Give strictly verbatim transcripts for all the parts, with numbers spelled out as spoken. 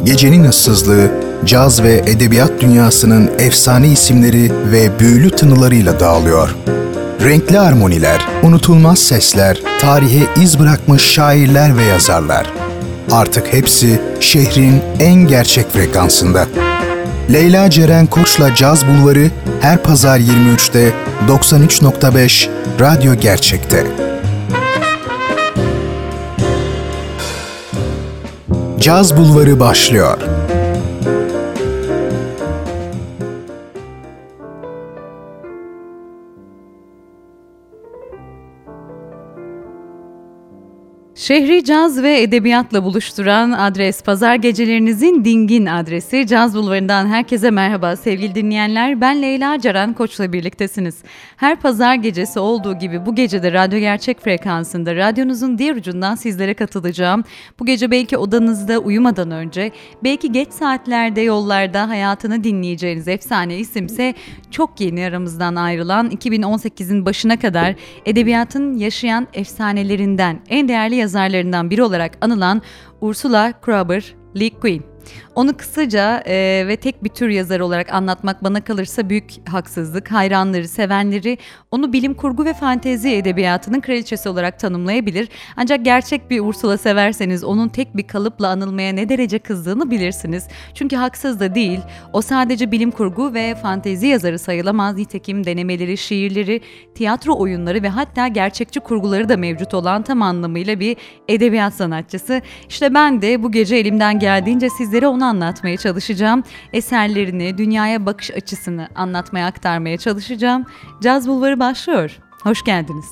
Gecenin ıssızlığı, caz ve edebiyat dünyasının efsane isimleri ve büyülü tınılarıyla dağılıyor. Renkli armoniler, unutulmaz sesler, tarihe iz bırakmış şairler ve yazarlar. Artık hepsi şehrin en gerçek frekansında. Leyla Ceren Koç'la Caz Bulvarı her pazar yirmi üçte doksan üç nokta beş Radyo Gerçek'te. Caz Bulvarı başlıyor. Şehri caz ve edebiyatla buluşturan adres, pazar gecelerinizin dingin adresi. Caz Bulvarı'ndan herkese merhaba sevgili dinleyenler. Ben Leyla Ceren Koç'la birliktesiniz. Her pazar gecesi olduğu gibi bu gece de Radyo Gerçek frekansında radyonuzun diğer ucundan sizlere katılacağım. Bu gece belki odanızda uyumadan önce, belki geç saatlerde yollarda hayatını dinleyeceğiniz efsane isimse çok yeni aramızdan ayrılan iki bin on sekizin başına kadar edebiyatın yaşayan efsanelerinden, en değerli yazarlarından biri olarak anılan Ursula Kroeber Le Guin. Onu kısaca e, ve tek bir tür yazar olarak anlatmak bana kalırsa büyük haksızlık. Hayranları, sevenleri onu bilim kurgu ve fantezi edebiyatının kraliçesi olarak tanımlayabilir. Ancak gerçek bir Ursula severseniz onun tek bir kalıpla anılmaya ne derece kızdığını bilirsiniz. Çünkü haksız da değil. O sadece bilim kurgu ve fantezi yazarı sayılamaz. Nitekim denemeleri, şiirleri, tiyatro oyunları ve hatta gerçekçi kurguları da mevcut olan tam anlamıyla bir edebiyat sanatçısı. İşte ben de bu gece elimden geldiğince sizlere onu anlatmaya çalışacağım. Eserlerini, dünyaya bakış açısını anlatmaya, aktarmaya çalışacağım. Caz Bulvarı başlıyor. Hoş geldiniz.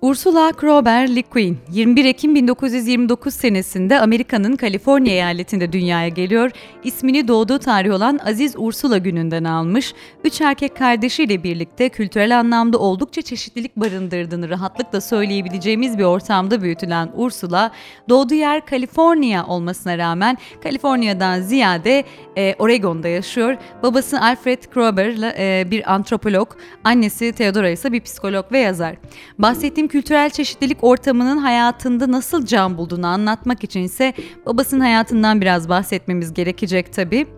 Ursula Kroeber Le Guin, yirmi bir Ekim bin dokuz yüz yirmi dokuz senesinde Amerika'nın Kaliforniya eyaletinde dünyaya geliyor. İsmini doğduğu tarih olan Aziz Ursula gününden almış. Üç erkek kardeşiyle birlikte kültürel anlamda oldukça çeşitlilik barındırdığını rahatlıkla söyleyebileceğimiz bir ortamda büyütülen Ursula, doğduğu yer Kaliforniya olmasına rağmen Kaliforniya'dan ziyade e, Oregon'da yaşıyor. Babası Alfred Kroeber e, bir antropolog, annesi Theodora ise bir psikolog ve yazar. Bahsettiğim kültürel çeşitlilik ortamının hayatında nasıl can bulduğunu anlatmak için ise babasının hayatından biraz bahsetmemiz gerekecek tabii.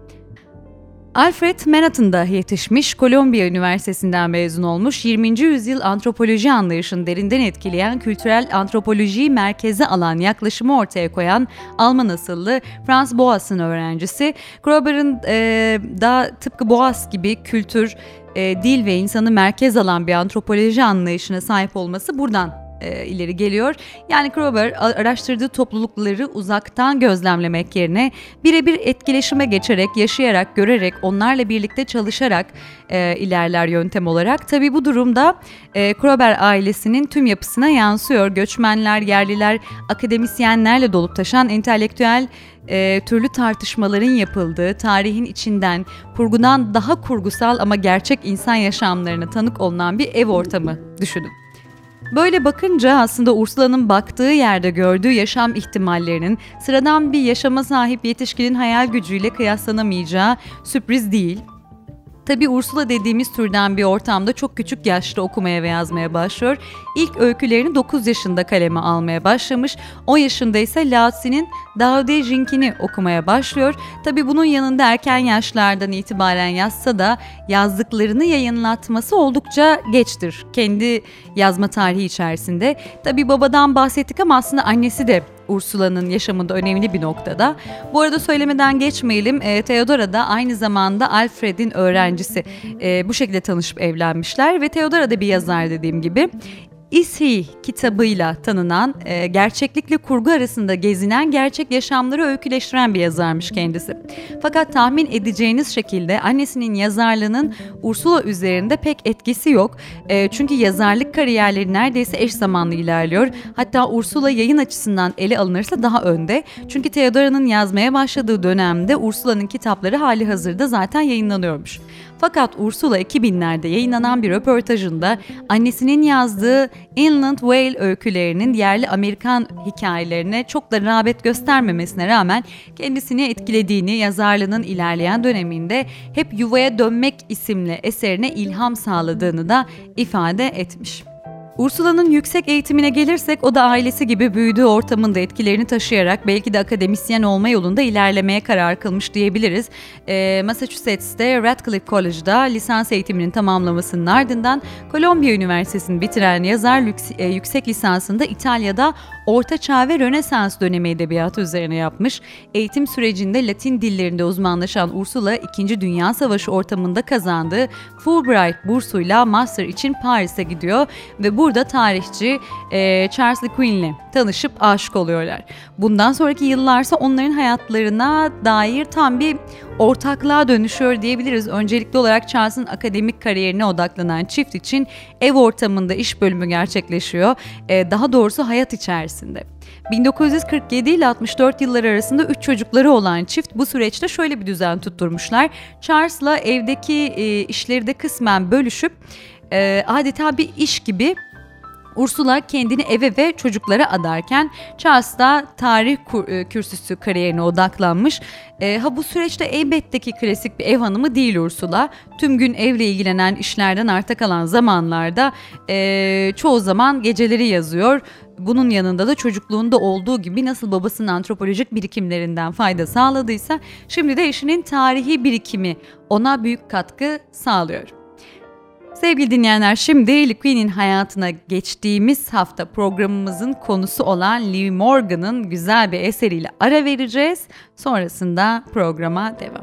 Alfred Manhattan'da yetişmiş, Kolombiya Üniversitesi'nden mezun olmuş, yirminci yüzyıl antropoloji anlayışını derinden etkileyen kültürel antropolojiyi merkeze alan yaklaşımı ortaya koyan Alman asıllı Franz Boas'ın öğrencisi. Kroeber'in e, daha tıpkı Boas gibi kültür, e, dil ve insanı merkez alan bir antropoloji anlayışına sahip olması buradan E, ileri geliyor. Yani Kroeber araştırdığı toplulukları uzaktan gözlemlemek yerine birebir etkileşime geçerek, yaşayarak, görerek, onlarla birlikte çalışarak e, ilerler yöntem olarak. Tabii bu durumda e, Kroeber ailesinin tüm yapısına yansıyor. Göçmenler, yerliler, akademisyenlerle dolup taşan entelektüel e, türlü tartışmaların yapıldığı, tarihin içinden, kurgudan daha kurgusal ama gerçek insan yaşamlarına tanık olunan bir ev ortamı düşünün. Böyle bakınca aslında Ursula'nın baktığı yerde gördüğü yaşam ihtimallerinin sıradan bir yaşama sahip yetişkinin hayal gücüyle kıyaslanamayacağı sürpriz değil. Tabii Ursula dediğimiz türden bir ortamda çok küçük yaşta okumaya ve yazmaya başlıyor. İlk öykülerini dokuz yaşında kaleme almaya başlamış. on yaşında ise Lao Tzu'nun Tao Te Ching'ini okumaya başlıyor. Tabii bunun yanında erken yaşlardan itibaren yazsa da yazdıklarını yayınlatması oldukça geçtir. Kendi yazma tarihi içerisinde. Tabii babadan bahsettik ama aslında annesi de Ursula'nın yaşamında önemli bir noktada. Bu arada söylemeden geçmeyelim, e, Theodora da aynı zamanda Alfred'in öğrencisi. E, bu şekilde tanışıp evlenmişler ve Theodora da bir yazar dediğim gibi. Is He kitabıyla tanınan, e, gerçeklikle kurgu arasında gezinen, gerçek yaşamları öyküleştiren bir yazarmış kendisi. Fakat tahmin edeceğiniz şekilde annesinin yazarlığının Ursula üzerinde pek etkisi yok. E, çünkü yazarlık kariyerleri neredeyse eş zamanlı ilerliyor. Hatta Ursula yayın açısından ele alınırsa daha önde. Çünkü Theodora'nın yazmaya başladığı dönemde Ursula'nın kitapları hali hazırda zaten yayınlanıyormuş. Fakat Ursula iki binlerde yayınlanan bir röportajında annesinin yazdığı Inland Whale öykülerinin yerli Amerikan hikayelerine çok da rağbet göstermemesine rağmen kendisini etkilediğini, yazarlığının ilerleyen döneminde Hep Yuvaya Dönmek isimli eserine ilham sağladığını da ifade etmiş. Ursula'nın yüksek eğitimine gelirsek, o da ailesi gibi büyüdüğü ortamın da etkilerini taşıyarak belki de akademisyen olma yolunda ilerlemeye karar kılmış diyebiliriz. Ee, Massachusetts'te Radcliffe College'da lisans eğitiminin tamamlamasının ardından Kolombiya Üniversitesi'ni bitiren yazar lüks- e, yüksek lisansında İtalya'da Orta Çağ ve Rönesans dönemi edebiyatı üzerine yapmış. Eğitim sürecinde Latin dillerinde uzmanlaşan Ursula, İkinci Dünya Savaşı ortamında kazandığı Fulbright bursuyla master için Paris'e gidiyor ve burada tarihçi e, Charles Le Guin'le tanışıp aşık oluyorlar. Bundan sonraki yıllarsa onların hayatlarına dair tam bir ortaklığa dönüşüyor diyebiliriz. Öncelikli olarak Charles'ın akademik kariyerine odaklanan çift için ev ortamında iş bölümü gerçekleşiyor. E, daha doğrusu hayat içerisinde. bin dokuz yüz kırk yedi ile altmış dört yılları arasında üç çocukları olan çift bu süreçte şöyle bir düzen tutturmuşlar. Charles'la evdeki e, işleri de kısmen bölüşüp e, adeta bir iş gibi Ursula kendini eve ve çocuklara adarken Charles da tarih kürsüsü kariyerine odaklanmış. E, ha bu süreçte elbette ki klasik bir ev hanımı değil Ursula. Tüm gün evle ilgilenen, işlerden arta kalan zamanlarda e, çoğu zaman geceleri yazıyor. Bunun yanında da çocukluğunda olduğu gibi nasıl babasının antropolojik birikimlerinden fayda sağladıysa şimdi de eşinin tarihi birikimi ona büyük katkı sağlıyor. Sevgili dinleyenler, şimdi Le Guin'in hayatına geçtiğimiz hafta programımızın konusu olan Lee Morgan'ın güzel bir eseriyle ara vereceğiz. Sonrasında programa devam.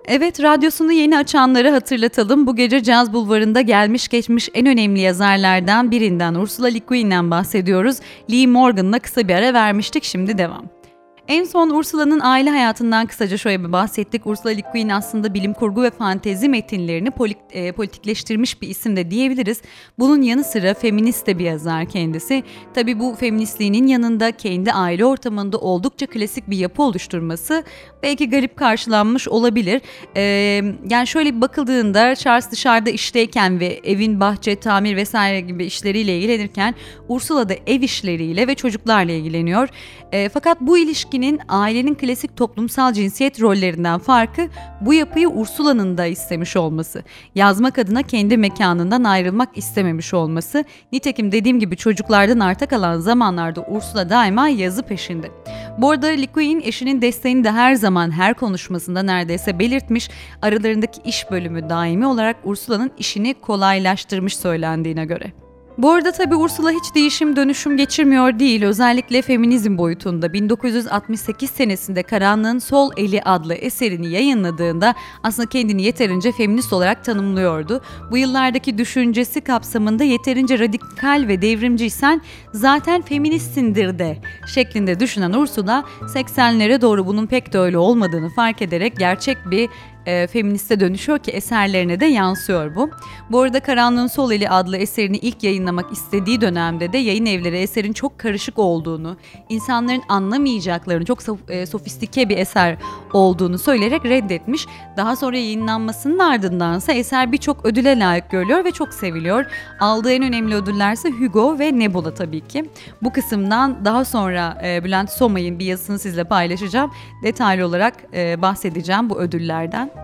Evet, radyosunu yeni açanları hatırlatalım. Bu gece Caz Bulvarı'nda gelmiş geçmiş en önemli yazarlardan birinden, Ursula Le Guin'den bahsediyoruz. Lee Morgan'la kısa bir ara vermiştik, şimdi devam. En son Ursula'nın aile hayatından kısaca şöyle bir bahsettik. Ursula Le Guin aslında bilim kurgu ve fantezi metinlerini polit, e, politikleştirmiş bir isim de diyebiliriz. Bunun yanı sıra feminist de bir yazar kendisi. Tabii bu feministliğinin yanında kendi aile ortamında oldukça klasik bir yapı oluşturması belki garip karşılanmış olabilir. E, yani şöyle bir bakıldığında Charles dışarıda işteyken ve evin bahçe, tamir vesaire gibi işleriyle ilgilenirken Ursula da ev işleriyle ve çocuklarla ilgileniyor. E, fakat bu ilişki ailenin klasik toplumsal cinsiyet rollerinden farkı bu yapıyı Ursula'nın da istemiş olması. Yazmak adına kendi mekanından ayrılmak istememiş olması. Nitekim dediğim gibi çocuklardan arta kalan zamanlarda Ursula daima yazı peşinde. Bu arada Le Guin eşinin desteğini de her zaman her konuşmasında neredeyse belirtmiş. Aralarındaki iş bölümü daimi olarak Ursula'nın işini kolaylaştırmış söylendiğine göre. Bu arada tabii Ursula hiç değişim dönüşüm geçirmiyor değil. Özellikle feminizm boyutunda bin dokuz yüz altmış sekiz senesinde Karanlığın Sol Eli adlı eserini yayınladığında aslında kendini yeterince feminist olarak tanımlıyordu. Bu yıllardaki düşüncesi kapsamında yeterince radikal ve devrimciysen zaten feministsindir de şeklinde düşünen Ursula seksenlere doğru bunun pek de öyle olmadığını fark ederek gerçek bir E, feministe dönüşüyor ki eserlerine de yansıyor bu. Bu arada Karanlığın Sol Eli adlı eserini ilk yayınlamak istediği dönemde de yayın evleri eserin çok karışık olduğunu, insanların anlamayacaklarını, çok sof- e, sofistike bir eser olduğunu söyleyerek reddetmiş. Daha sonra yayınlanmasının ardındansa eser birçok ödüle layık görülüyor ve çok seviliyor. Aldığı en önemli ödüllerse Hugo ve Nebula tabii ki. Bu kısımdan daha sonra e, Bülent Somay'ın bir yazısını sizle paylaşacağım. Detaylı olarak e, bahsedeceğim bu ödüllerden.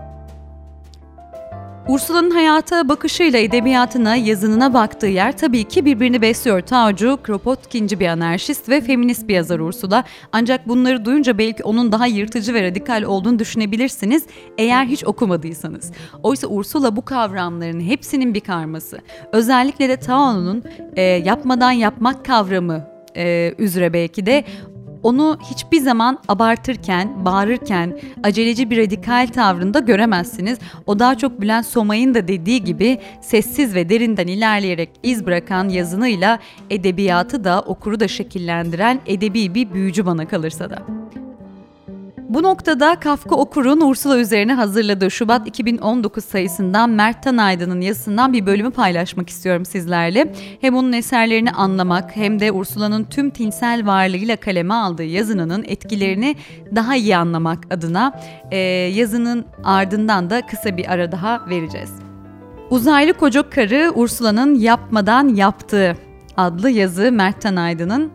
Ursula'nın hayata bakışıyla edebiyatına, yazınına baktığı yer tabii ki birbirini besliyor. Tao Kropotkinci bir anarşist ve feminist bir yazar Ursula. Ancak bunları duyunca belki onun daha yırtıcı ve radikal olduğunu düşünebilirsiniz eğer hiç okumadıysanız. Oysa Ursula bu kavramların hepsinin bir karması. Özellikle de Tao'nun e, yapmadan yapmak kavramı e, üzere belki de onu hiçbir zaman abartırken, bağırırken, aceleci bir radikal tavrında göremezsiniz. O daha çok Bülent Somay'ın da dediği gibi sessiz ve derinden ilerleyerek iz bırakan yazınıyla edebiyatı da okuru da şekillendiren edebi bir büyücü bana kalırsa da. Bu noktada Kafka Okur'un Ursula üzerine hazırladığı Şubat iki bin on dokuz sayısından Mert Tanaydın'ın yazısından bir bölümü paylaşmak istiyorum sizlerle. Hem onun eserlerini anlamak hem de Ursula'nın tüm tinsel varlığıyla kaleme aldığı yazınının etkilerini daha iyi anlamak adına e, yazının ardından da kısa bir ara daha vereceğiz. Uzaylı Koca Karı Ursula'nın Yapmadan Yaptığı adlı yazı Mert Tanaydın'ın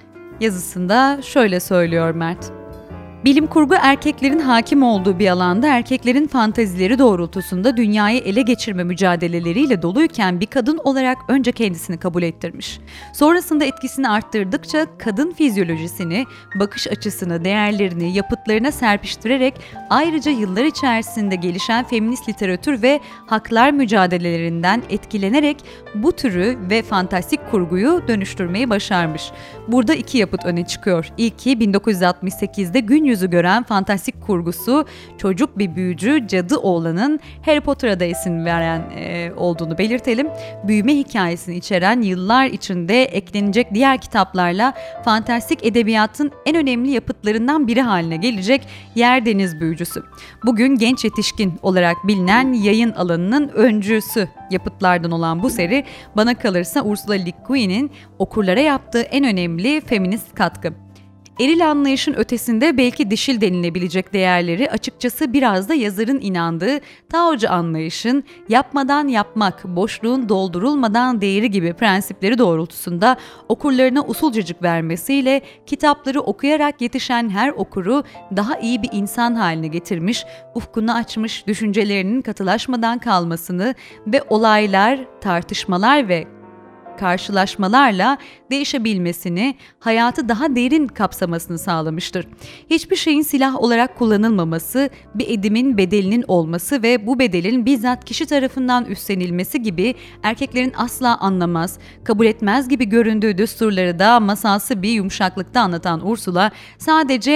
yazısında şöyle söylüyor Mert. Bilim kurgu erkeklerin hakim olduğu bir alanda erkeklerin fantezileri doğrultusunda dünyayı ele geçirme mücadeleleriyle doluyken bir kadın olarak önce kendisini kabul ettirmiş. Sonrasında etkisini arttırdıkça kadın fizyolojisini, bakış açısını, değerlerini, yapıtlarına serpiştirerek ayrıca yıllar içerisinde gelişen feminist literatür ve haklar mücadelelerinden etkilenerek bu türü ve fantastik kurguyu dönüştürmeyi başarmış. Burada iki yapıt öne çıkıyor. İlki bin dokuz yüz altmış sekizde gün yüzü gören fantastik kurgusu çocuk bir büyücü cadı oğlanın Harry Potter'a da isim veren e, olduğunu belirtelim. Büyüme hikayesini içeren yıllar içinde eklenecek diğer kitaplarla fantastik edebiyatın en önemli yapıtlarından biri haline gelecek Yer Deniz Büyücüsü. Bugün genç yetişkin olarak bilinen yayın alanının öncüsü yapıtlardan olan bu seri bana kalırsa Ursula Le Guin'in okurlara yaptığı en önemli feminist katkı. Eril anlayışın ötesinde belki dişil denilebilecek değerleri açıkçası biraz da yazarın inandığı Taocu anlayışın yapmadan yapmak, boşluğun doldurulmadan değeri gibi prensipleri doğrultusunda okurlarına usulcacık vermesiyle kitapları okuyarak yetişen her okuru daha iyi bir insan haline getirmiş, ufkunu açmış, düşüncelerinin katılaşmadan kalmasını ve olaylar, tartışmalar ve karşılaşmalarla değişebilmesini, hayatı daha derin kapsamasını sağlamıştır. Hiçbir şeyin silah olarak kullanılmaması, bir edimin bedelinin olması ve bu bedelin bizzat kişi tarafından üstlenilmesi gibi erkeklerin asla anlamaz, kabul etmez gibi göründüğü düsturları da masalsı bir yumuşaklıkta anlatan Ursula, sadece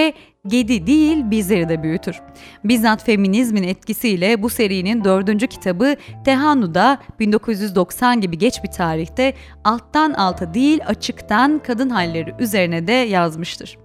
Gedi değil bizleri de büyütür. Bizzat feminizmin etkisiyle bu serinin dördüncü kitabı Tehanu'da bin dokuz yüz doksan gibi geç bir tarihte alttan alta değil açıktan kadın halleri üzerine de yazmıştır.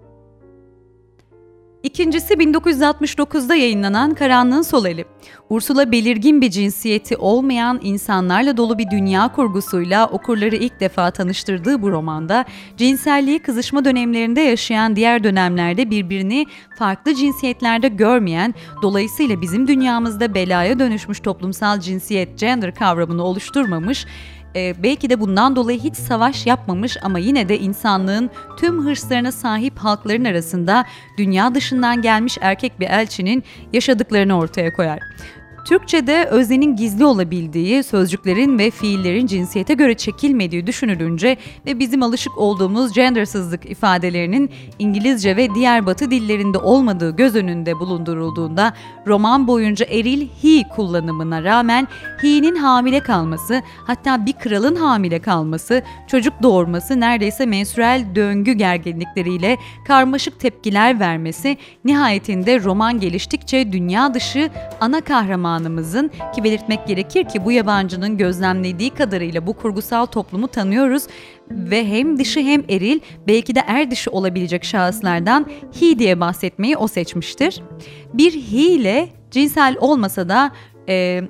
İkincisi bin dokuz yüz altmış dokuzda yayınlanan Karanlığın Sol Eli. Ursula belirgin bir cinsiyeti olmayan insanlarla dolu bir dünya kurgusuyla okurları ilk defa tanıştırdığı bu romanda cinselliği kızışma dönemlerinde yaşayan, diğer dönemlerde birbirini farklı cinsiyetlerde görmeyen, dolayısıyla bizim dünyamızda belaya dönüşmüş toplumsal cinsiyet, gender kavramını oluşturmamış, Ee, belki de bundan dolayı hiç savaş yapmamış ama yine de insanlığın tüm hırslarına sahip halkların arasında dünya dışından gelmiş erkek bir elçinin yaşadıklarını ortaya koyar. Türkçe'de öznenin gizli olabildiği, sözcüklerin ve fiillerin cinsiyete göre çekilmediği düşünülünce ve bizim alışık olduğumuz gendersızlık ifadelerinin İngilizce ve diğer Batı dillerinde olmadığı göz önünde bulundurulduğunda roman boyunca eril he kullanımına rağmen he'nin hamile kalması, hatta bir kralın hamile kalması, çocuk doğurması, neredeyse menstrüel döngü gerginlikleriyle karmaşık tepkiler vermesi, nihayetinde roman geliştikçe dünya dışı ana kahraman ki belirtmek gerekir ki bu yabancının gözlemlediği kadarıyla bu kurgusal toplumu tanıyoruz ve hem dişi hem eril, belki de er dişi olabilecek şahıslardan he diye bahsetmeyi o seçmiştir. Bir he ile cinsel olmasa da e,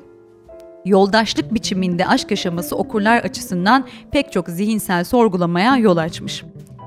yoldaşlık biçiminde aşk yaşaması okurlar açısından pek çok zihinsel sorgulamaya yol açmış.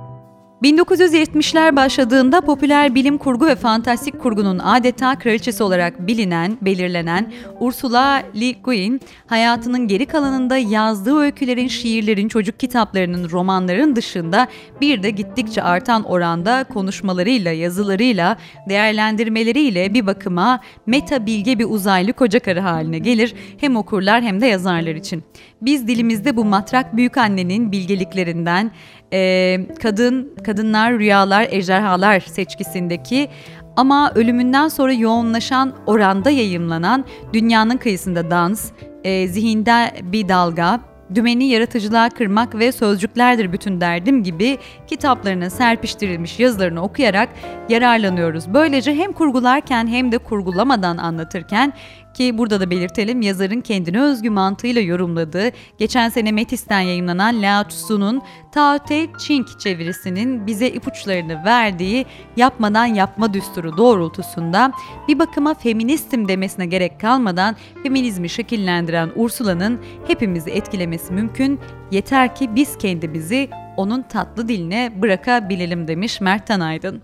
bin dokuz yüz yetmişler başladığında popüler bilim kurgu ve fantastik kurgunun adeta kraliçesi olarak bilinen, belirlenen Ursula Le Guin, hayatının geri kalanında yazdığı öykülerin, şiirlerin, çocuk kitaplarının, romanların dışında bir de gittikçe artan oranda konuşmalarıyla, yazılarıyla, değerlendirmeleriyle bir bakıma meta bilge bir uzaylı kocakarı haline gelir, hem okurlar hem de yazarlar için. Biz dilimizde bu matrak büyükannenin bilgeliklerinden, e, kadın, kadınlar, rüyalar, ejderhalar seçkisindeki ama ölümünden sonra yoğunlaşan oranda yayımlanan Dünyanın Kıyısında Dans, e, Zihinde Bir Dalga, Dümeni yaratıcılığa kırmak ve sözcüklerdir bütün derdim gibi kitaplarına serpiştirilmiş yazılarını okuyarak yararlanıyoruz. Böylece hem kurgularken hem de kurgulamadan anlatırken, ki burada da belirtelim, yazarın kendine özgü mantığıyla yorumladığı, geçen sene Metis'ten yayımlanan Lao Tzu'nun Tao Te Ching çevirisinin bize ipuçlarını verdiği yapmadan yapma düsturu doğrultusunda bir bakıma feministim demesine gerek kalmadan feminizmi şekillendiren Ursula'nın hepimizi etkilemesi mümkün, yeter ki biz kendimizi onun tatlı diline bırakabilelim demiş Mert Tanaydın.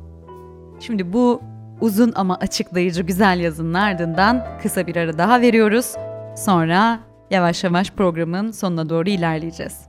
Şimdi bu uzun ama açıklayıcı güzel yazının ardından kısa bir ara daha veriyoruz. Sonra yavaş yavaş programın sonuna doğru ilerleyeceğiz.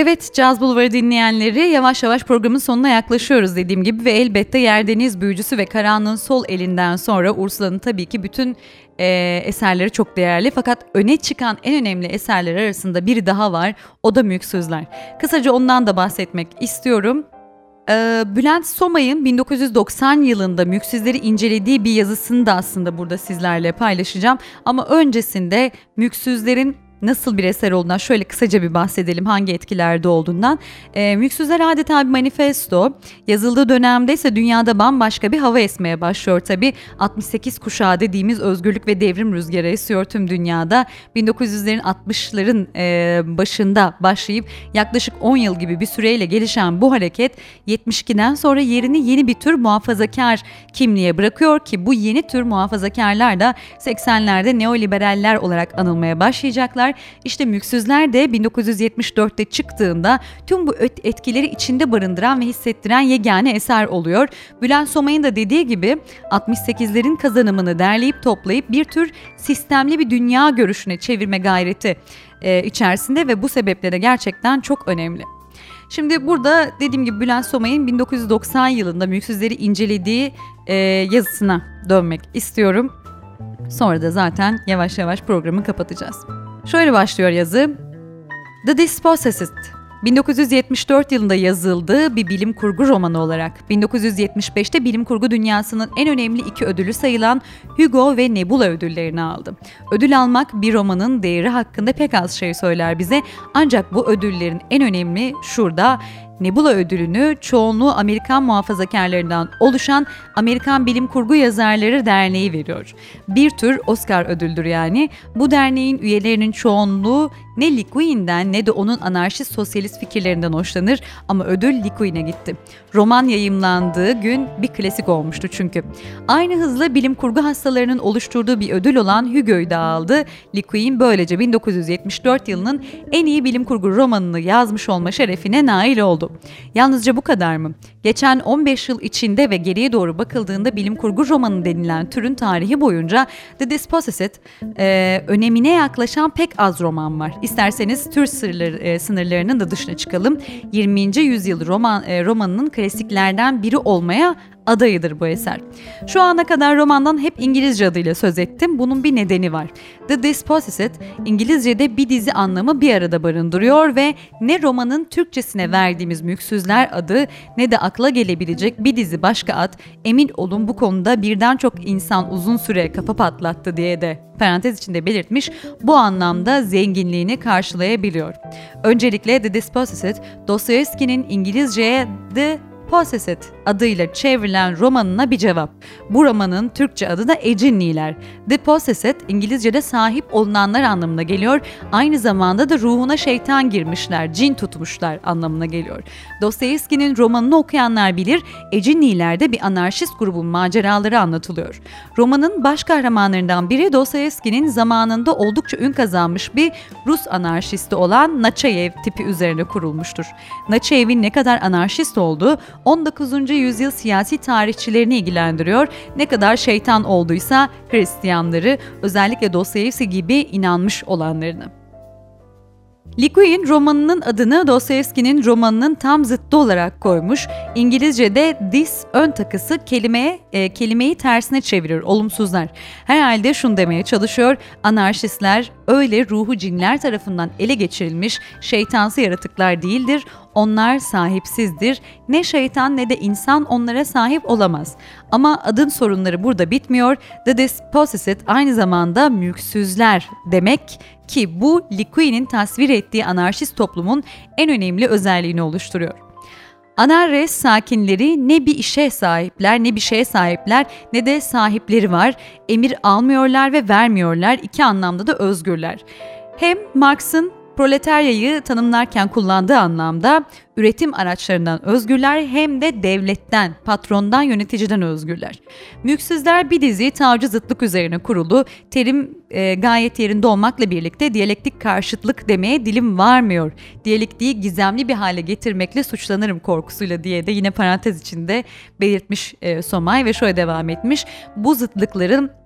Evet, Caz Bulvarı dinleyenleri, yavaş yavaş programın sonuna yaklaşıyoruz dediğim gibi ve elbette Yerdeniz Büyücüsü ve Karanlığın Sol Elinden sonra Ursula'nın tabii ki bütün e, eserleri çok değerli. Fakat öne çıkan en önemli eserler arasında biri daha var, o da Mülksüzler. Kısaca ondan da bahsetmek istiyorum. Ee, Bülent Somay'ın bin dokuz yüz doksan yılında Mülksüzleri incelediği bir yazısını da aslında burada sizlerle paylaşacağım. Ama öncesinde Mülksüzlerin nasıl bir eser olduğundan şöyle kısaca bir bahsedelim, hangi etkilerde olduğundan. E, Mülksüzler adeta bir manifesto. Yazıldığı dönemde ise dünyada bambaşka bir hava esmeye başlıyor tabii. altmış sekiz kuşağı dediğimiz özgürlük ve devrim rüzgarı esiyor tüm dünyada. bin dokuz yüzlerin altmışların e, başında başlayıp yaklaşık on yıl gibi bir süreyle gelişen bu hareket yetmiş ikiden sonra yerini yeni bir tür muhafazakar kimliğe bırakıyor ki bu yeni tür muhafazakarlar da seksenlerde neoliberaller olarak anılmaya başlayacaklar. İşte Mülksüzler de bin dokuz yüz yetmiş dörtte çıktığında tüm bu etkileri içinde barındıran ve hissettiren yegane eser oluyor. Bülent Somay'ın da dediği gibi altmış sekizlerin kazanımını derleyip toplayıp bir tür sistemli bir dünya görüşüne çevirme gayreti e, içerisinde ve bu sebeple de gerçekten çok önemli. Şimdi burada dediğim gibi Bülent Somay'ın bin dokuz yüz doksan yılında Mülksüzleri incelediği e, yazısına dönmek istiyorum. Sonra da zaten yavaş yavaş programı kapatacağız. Şöyle başlıyor yazı. The Dispossessed, bin dokuz yüz yetmiş dört yılında yazıldığı bir bilim kurgu romanı olarak bin dokuz yüz yetmiş beşte bilim kurgu dünyasının en önemli iki ödülü sayılan Hugo ve Nebula ödüllerini aldı. Ödül almak bir romanın değeri hakkında pek az şey söyler bize, ancak bu ödüllerin en önemli şurada: Nebula ödülünü çoğunluğu Amerikan muhafazakarlarından oluşan Amerikan Bilim Kurgu Yazarları Derneği veriyor. Bir tür Oscar ödüldür yani. Bu derneğin üyelerinin çoğunluğu ne Le Guin'den ne de onun anarşist sosyalist fikirlerinden hoşlanır ama ödül Le Guin'e gitti. Roman yayımlandığı gün bir klasik olmuştu çünkü. Aynı hızla bilim kurgu hastalarının oluşturduğu bir ödül olan Hugo'yu da aldı. Le Guin böylece bin dokuz yüz yetmiş dört yılının en iyi bilim kurgu romanını yazmış olma şerefine nail oldu. Yalnızca bu kadar mı? Geçen on beş yıl içinde ve geriye doğru bakıldığında bilim kurgu romanı denilen türün tarihi boyunca The Dispossessed e, önemine yaklaşan pek az roman var. İsterseniz tür sırları, e, sınırlarının da dışına çıkalım. yirminci yüzyıl roman, e, romanının klasiklerden biri olmaya adayıdır bu eser. Şu ana kadar romandan hep İngilizce adıyla söz ettim. Bunun bir nedeni var. The Dispossessed İngilizce'de bir dizi anlamı bir arada barındırıyor ve ne romanın Türkçesine verdiğimiz Mülksüzler adı ne de akla gelebilecek bir dizi başka ad, emin olun bu konuda birden çok insan uzun süre kafa patlattı diye de parantez içinde belirtmiş, bu anlamda zenginliğini karşılayabiliyor. Öncelikle The Dispossessed, Dostoyevski'nin İngilizceye The Possessed adıyla çevrilen romanına bir cevap. Bu romanın Türkçe adı da Ecinliler. The Possessed İngilizce'de sahip olunanlar anlamına geliyor. Aynı zamanda da ruhuna şeytan girmişler, cin tutmuşlar anlamına geliyor. Dostoyevski'nin romanını okuyanlar bilir, Ecinliler'de bir anarşist grubun maceraları anlatılıyor. Romanın baş kahramanlarından biri Dostoyevski'nin zamanında oldukça ün kazanmış bir Rus anarşisti olan Naçayev tipi üzerine kurulmuştur. Naçayev'in ne kadar anarşist olduğu on dokuzuncu yüzyıl siyasi tarihçilerini ilgilendiriyor. Ne kadar şeytan olduysa Hristiyanları, özellikle Dostoyevski gibi inanmış olanlarını. Le Guin romanının adını Dostoyevski'nin romanının tam zıttı olarak koymuş. İngilizce'de this ön takısı kelimeye, e, kelimeyi tersine çevirir, olumsuzlar. Herhalde şunu demeye çalışıyor: anarşistler öyle ruhu cinler tarafından ele geçirilmiş şeytansı yaratıklar değildir. Onlar sahipsizdir. Ne şeytan ne de insan onlara sahip olamaz. Ama adın sorunları burada bitmiyor. The Dispossessed aynı zamanda mülksüzler demek ki bu Le Guin'in tasvir ettiği anarşist toplumun en önemli özelliğini oluşturuyor. Anarres sakinleri ne bir işe sahipler ne bir şeye sahipler ne de sahipleri var. Emir almıyorlar ve vermiyorlar. İki anlamda da özgürler. Hem Marx'ın proletaryayı tanımlarken kullandığı anlamda üretim araçlarından özgürler hem de devletten, patrondan, yöneticiden özgürler. Mülksüzler bir dizi tavcı zıtlık üzerine kurulu. Terim e, gayet yerinde olmakla birlikte diyalektik karşıtlık demeye dilim varmıyor. Diyalektiği gizemli bir hale getirmekle suçlanırım korkusuyla diye de yine parantez içinde belirtmiş e, Somay ve şöyle devam etmiş. Bu zıtlıkların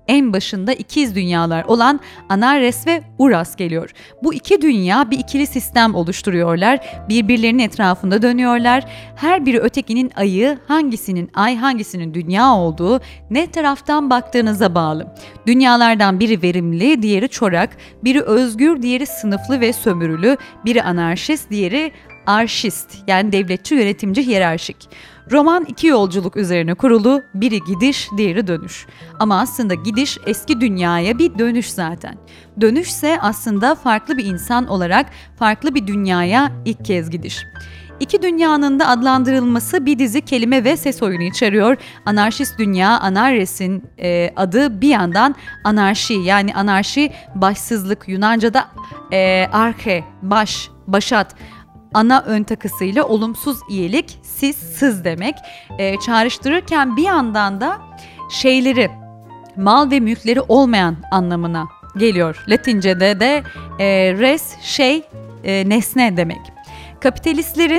en başında ikiz dünyalar olan Anares ve Uras geliyor. Bu iki dünya bir ikili sistem oluşturuyorlar. Birbirlerinin etrafında dönüyorlar. Her biri ötekinin ayı, hangisinin ay, hangisinin dünya olduğu ne taraftan baktığınıza bağlı. Dünyalardan biri verimli, diğeri çorak, biri özgür, diğeri sınıflı ve sömürülü, biri anarşist, diğeri arşist, yani devletçi, yönetimci, hiyerarşik. Roman iki yolculuk üzerine kurulu, biri gidiş, diğeri dönüş. Ama aslında gidiş eski dünyaya bir dönüş zaten. Dönüşse aslında farklı bir insan olarak farklı bir dünyaya ilk kez gidiş. İki dünyanın da adlandırılması bir dizi kelime ve ses oyunu içeriyor. Anarşist dünya, Anares'in e, adı bir yandan anarşi, yani anarşi başsızlık, Yunanca'da e, arche, baş, başat, ana ön takısıyla olumsuz iyilik, siz, sız demek. E, çağrıştırırken bir yandan da şeyleri, mal ve mülkleri olmayan anlamına geliyor. Latince'de de e, res, şey, e, nesne demek. Kapitalistlerin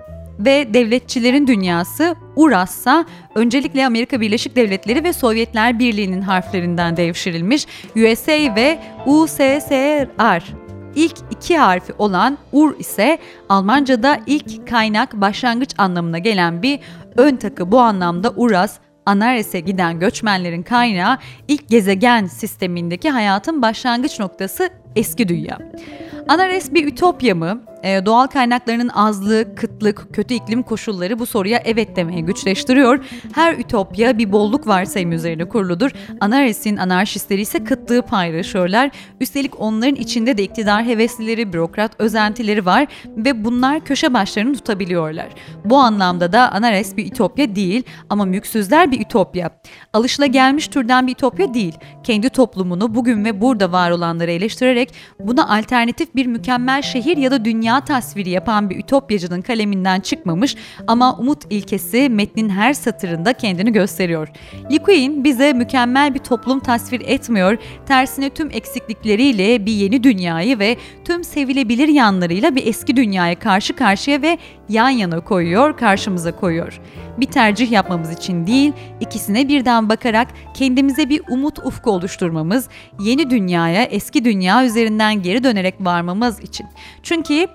ve devletçilerin dünyası, Uras'sa öncelikle Amerika Birleşik Devletleri ve Sovyetler Birliği'nin harflerinden devşirilmiş U S A ve U S S R. İlk iki harfi olan Ur ise Almanca'da ilk, kaynak, başlangıç anlamına gelen bir ön takı. Bu anlamda Uras, Anares'e giden göçmenlerin kaynağı, ilk gezegen sistemindeki hayatın başlangıç noktası eski dünya. Anares bir ütopya mı? Ee, doğal kaynaklarının azlığı, kıtlık, kötü iklim koşulları bu soruya evet demeye güçleştiriyor. Her ütopya bir bolluk varsayımı üzerine kuruludur. Anares'in anarşistleri ise kıtlığı paylaşıyorlar. Üstelik onların içinde de iktidar heveslileri, bürokrat özentileri var ve bunlar köşe başlarını tutabiliyorlar. Bu anlamda da Anares bir ütopya değil ama mülksüzler bir ütopya. Alışılagelmiş türden bir ütopya değil. Kendi toplumunu bugün ve burada var olanları eleştirerek buna alternatif bir mükemmel şehir ya da dünya tasviri yapan bir ütopyacının kaleminden çıkmamış ama umut ilkesi metnin her satırında kendini gösteriyor. Le Guin bize mükemmel bir toplum tasvir etmiyor, tersine tüm eksiklikleriyle bir yeni dünyayı ve tüm sevilebilir yanlarıyla bir eski dünyaya karşı karşıya ve yan yana koyuyor, karşımıza koyuyor. Bir tercih yapmamız için değil, ikisine birden bakarak kendimize bir umut ufku oluşturmamız, yeni dünyaya eski dünya üzerinden geri dönerek varmamız için. Çünkü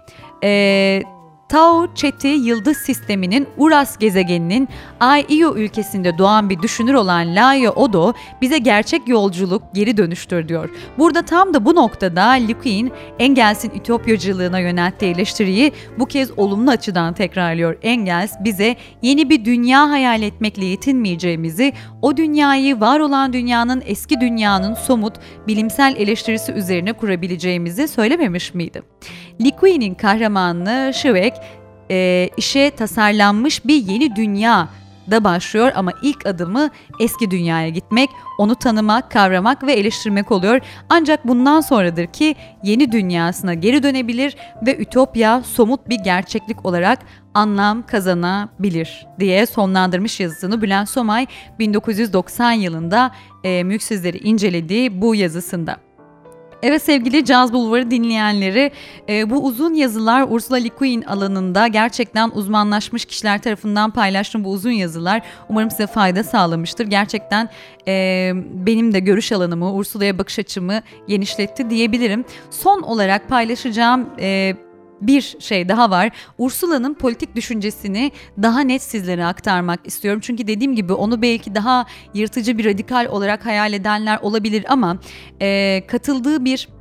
ee, Tau Ceti yıldız sisteminin Uras gezegeninin Ai-Io ülkesinde doğan bir düşünür olan Lao Odo bize gerçek yolculuk, geri dönüştür diyor. Burada tam da bu noktada Le Guin, Engels'in ütopyacılığına yönelttiği eleştiriyi bu kez olumlu açıdan tekrarlıyor. Engels bize yeni bir dünya hayal etmekle yetinmeyeceğimizi, o dünyayı var olan dünyanın eski dünyanın somut, bilimsel eleştirisi üzerine kurabileceğimizi söylememiş miydi? Le Guin'in kahramanı Schweck, e, işe tasarlanmış bir yeni dünya da başlıyor ama ilk adımı eski dünyaya gitmek, onu tanımak, kavramak ve eleştirmek oluyor. Ancak bundan sonradır ki yeni dünyasına geri dönebilir ve ütopya somut bir gerçeklik olarak anlam kazanabilir diye sonlandırmış yazısını Bülent Somay bin dokuz yüz doksan yılında e, Mülksüzleri incelediği bu yazısında. Evet sevgili Caz Bulvarı dinleyenleri, e, bu uzun yazılar Ursula Le Guin alanında gerçekten uzmanlaşmış kişiler tarafından paylaştığım bu uzun yazılar umarım size fayda sağlamıştır. Gerçekten e, benim de görüş alanımı, Ursula'ya bakış açımı genişletti diyebilirim. Son olarak paylaşacağım e, bir şey daha var. Ursula'nın politik düşüncesini daha net sizlere aktarmak istiyorum. Çünkü dediğim gibi onu belki daha yırtıcı bir radikal olarak hayal edenler olabilir ama e, katıldığı bir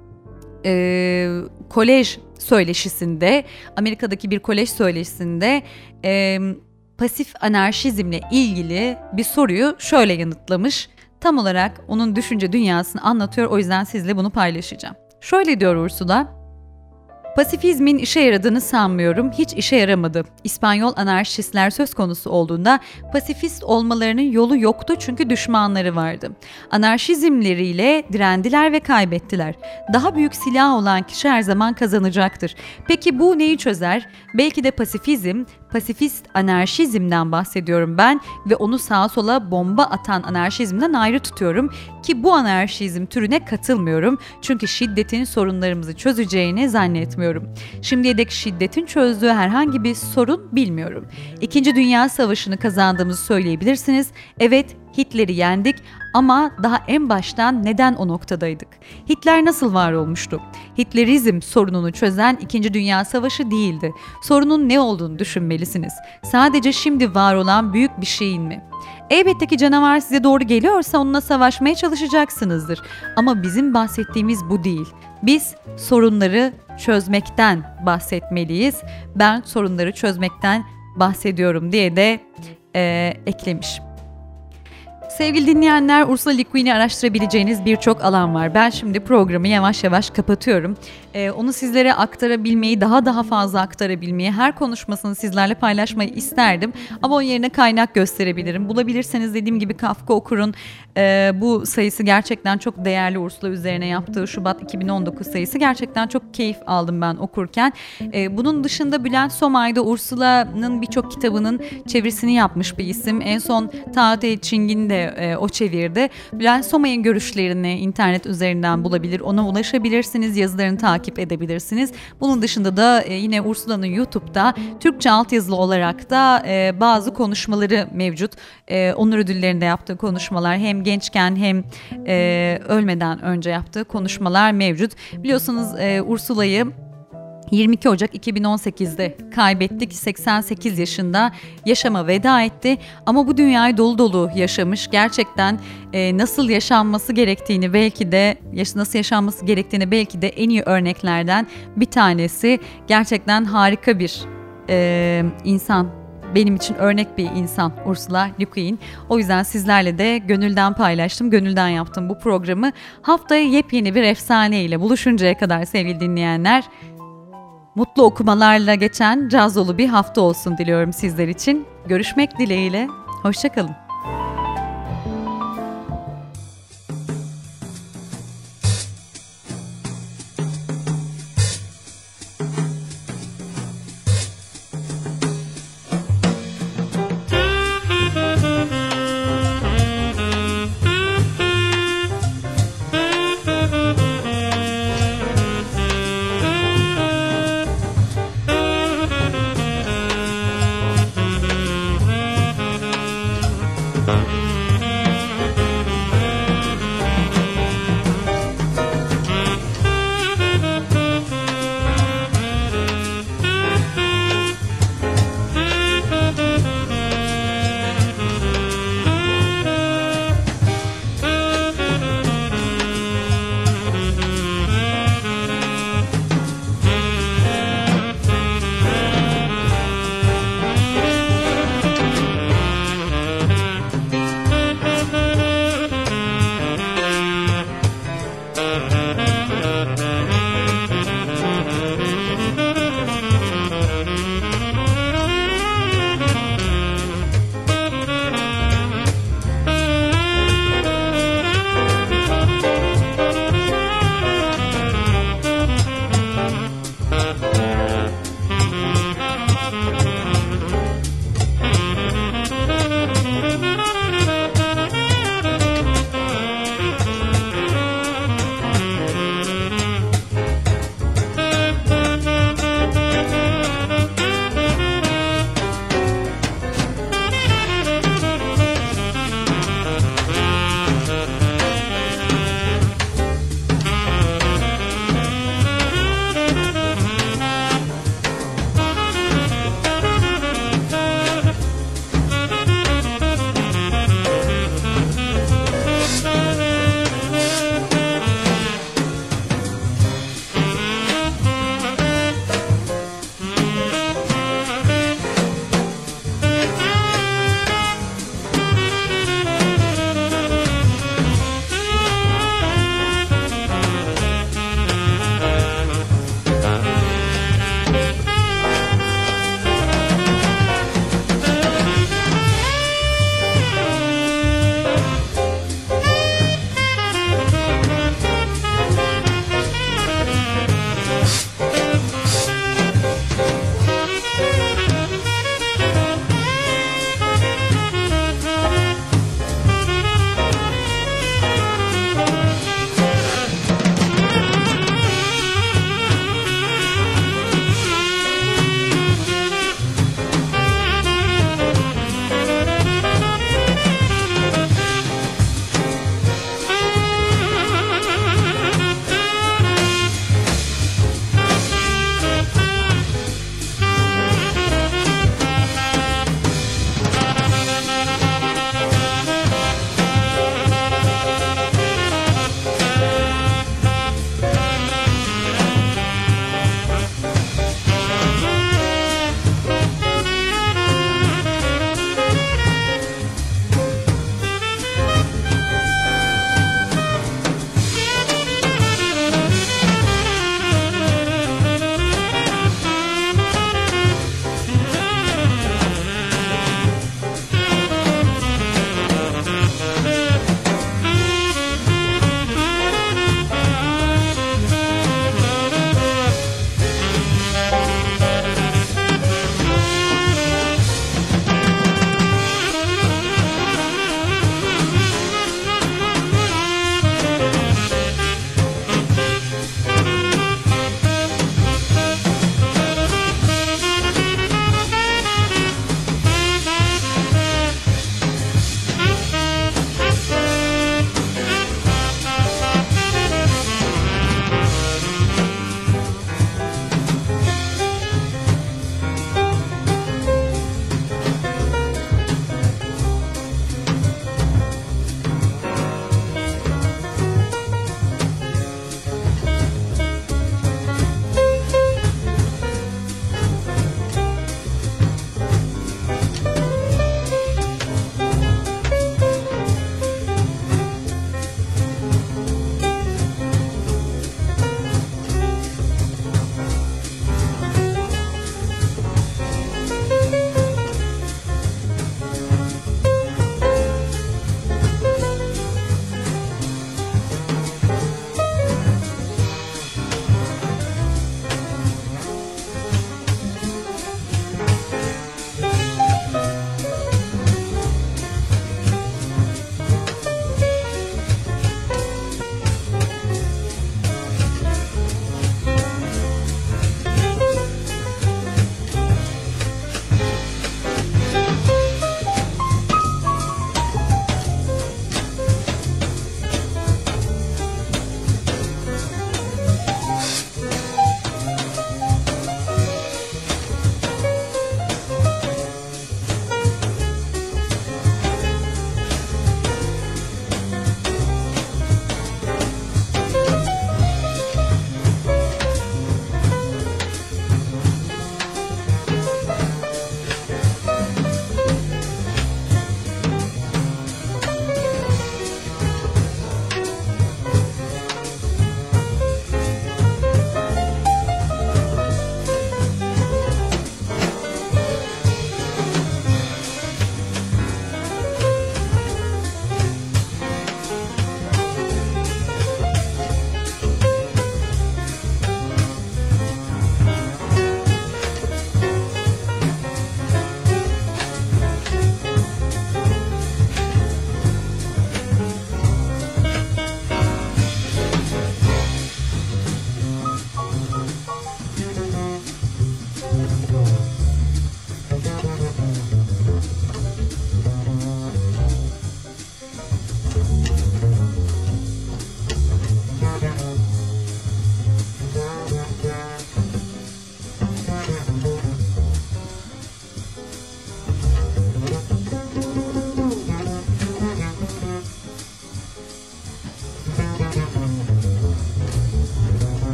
e, kolej söyleşisinde, Amerika'daki bir kolej söyleşisinde e, pasif anarşizmle ilgili bir soruyu şöyle yanıtlamış. Tam olarak onun düşünce dünyasını anlatıyor. O yüzden sizle bunu paylaşacağım. Şöyle diyor Ursula: Pasifizmin işe yaradığını sanmıyorum, hiç işe yaramadı. İspanyol anarşistler söz konusu olduğunda pasifist olmalarının yolu yoktu çünkü düşmanları vardı. Anarşizmleriyle direndiler ve kaybettiler. Daha büyük silah olan kişi her zaman kazanacaktır. Peki bu neyi çözer? Belki de pasifizm, pasifist anarşizmden bahsediyorum ben ve onu sağa sola bomba atan anarşizmden ayrı tutuyorum ki bu anarşizm türüne katılmıyorum çünkü şiddetin sorunlarımızı çözeceğini zannetmiyorum. Şimdiye dek şiddetin çözdüğü herhangi bir sorun bilmiyorum. İkinci Dünya Savaşı'nı kazandığımızı söyleyebilirsiniz. Evet, Hitler'i yendik ama daha en baştan neden o noktadaydık? Hitler nasıl var olmuştu? Hitlerizm sorununu çözen İkinci Dünya Savaşı değildi. Sorunun ne olduğunu düşünmelisiniz. Sadece şimdi var olan büyük bir şeyin mi? Elbette ki canavar size doğru geliyorsa onunla savaşmaya çalışacaksınızdır. Ama bizim bahsettiğimiz bu değil. Biz sorunları çözmekten bahsetmeliyiz. Ben sorunları çözmekten bahsediyorum diye de e, eklemiş. Sevgili dinleyenler, Ursula Le Guin'i araştırabileceğiniz birçok alan var. Ben şimdi programı yavaş yavaş kapatıyorum. Ee, onu sizlere aktarabilmeyi, daha daha fazla aktarabilmeyi, her konuşmasını sizlerle paylaşmayı isterdim. Ama onun yerine kaynak gösterebilirim. Bulabilirseniz dediğim gibi Kafka Okur'un e, bu sayısı gerçekten çok değerli. Ursula üzerine yaptığı Şubat iki bin on dokuz sayısı. Gerçekten çok keyif aldım ben okurken. E, bunun dışında Bülent Somay da Ursula'nın birçok kitabının çevirisini yapmış bir isim. En son Taate Çingin de e, o çevirdi. Bülent Somay'ın görüşlerini internet üzerinden bulabilir, ona ulaşabilirsiniz, yazılarını takip edebilirsiniz. Bunun dışında da e, yine Ursula'nın YouTube'da Türkçe altyazılı olarak da e, bazı konuşmaları mevcut. E, onur ödüllerinde yaptığı konuşmalar, hem gençken hem e, ölmeden önce yaptığı konuşmalar mevcut. Biliyorsunuz e, Ursula'yı yirmi iki Ocak iki bin on sekizde kaybettik. seksen sekiz yaşında yaşama veda etti. Ama bu dünyayı dolu dolu yaşamış. Gerçekten e, nasıl yaşanması gerektiğini belki de nasıl yaşanması gerektiğini belki de en iyi örneklerden bir tanesi. Gerçekten harika bir e, insan. Benim için örnek bir insan Ursula Le Guin. O yüzden sizlerle de gönülden paylaştım, gönülden yaptım bu programı. Haftaya yepyeni bir efsane ile buluşuncaya kadar sevgili dinleyenler, mutlu okumalarla geçen caz dolu bir hafta olsun diliyorum sizler için. Görüşmek dileğiyle, hoşça kalın.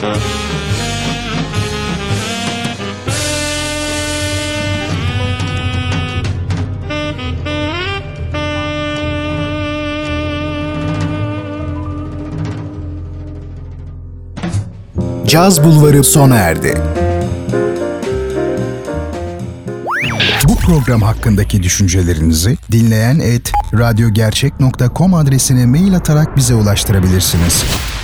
Caz Bulvarı sona erdi. Bu program hakkındaki düşüncelerinizi dinleyen et radyogercek nokta com adresine mail atarak bize ulaştırabilirsiniz.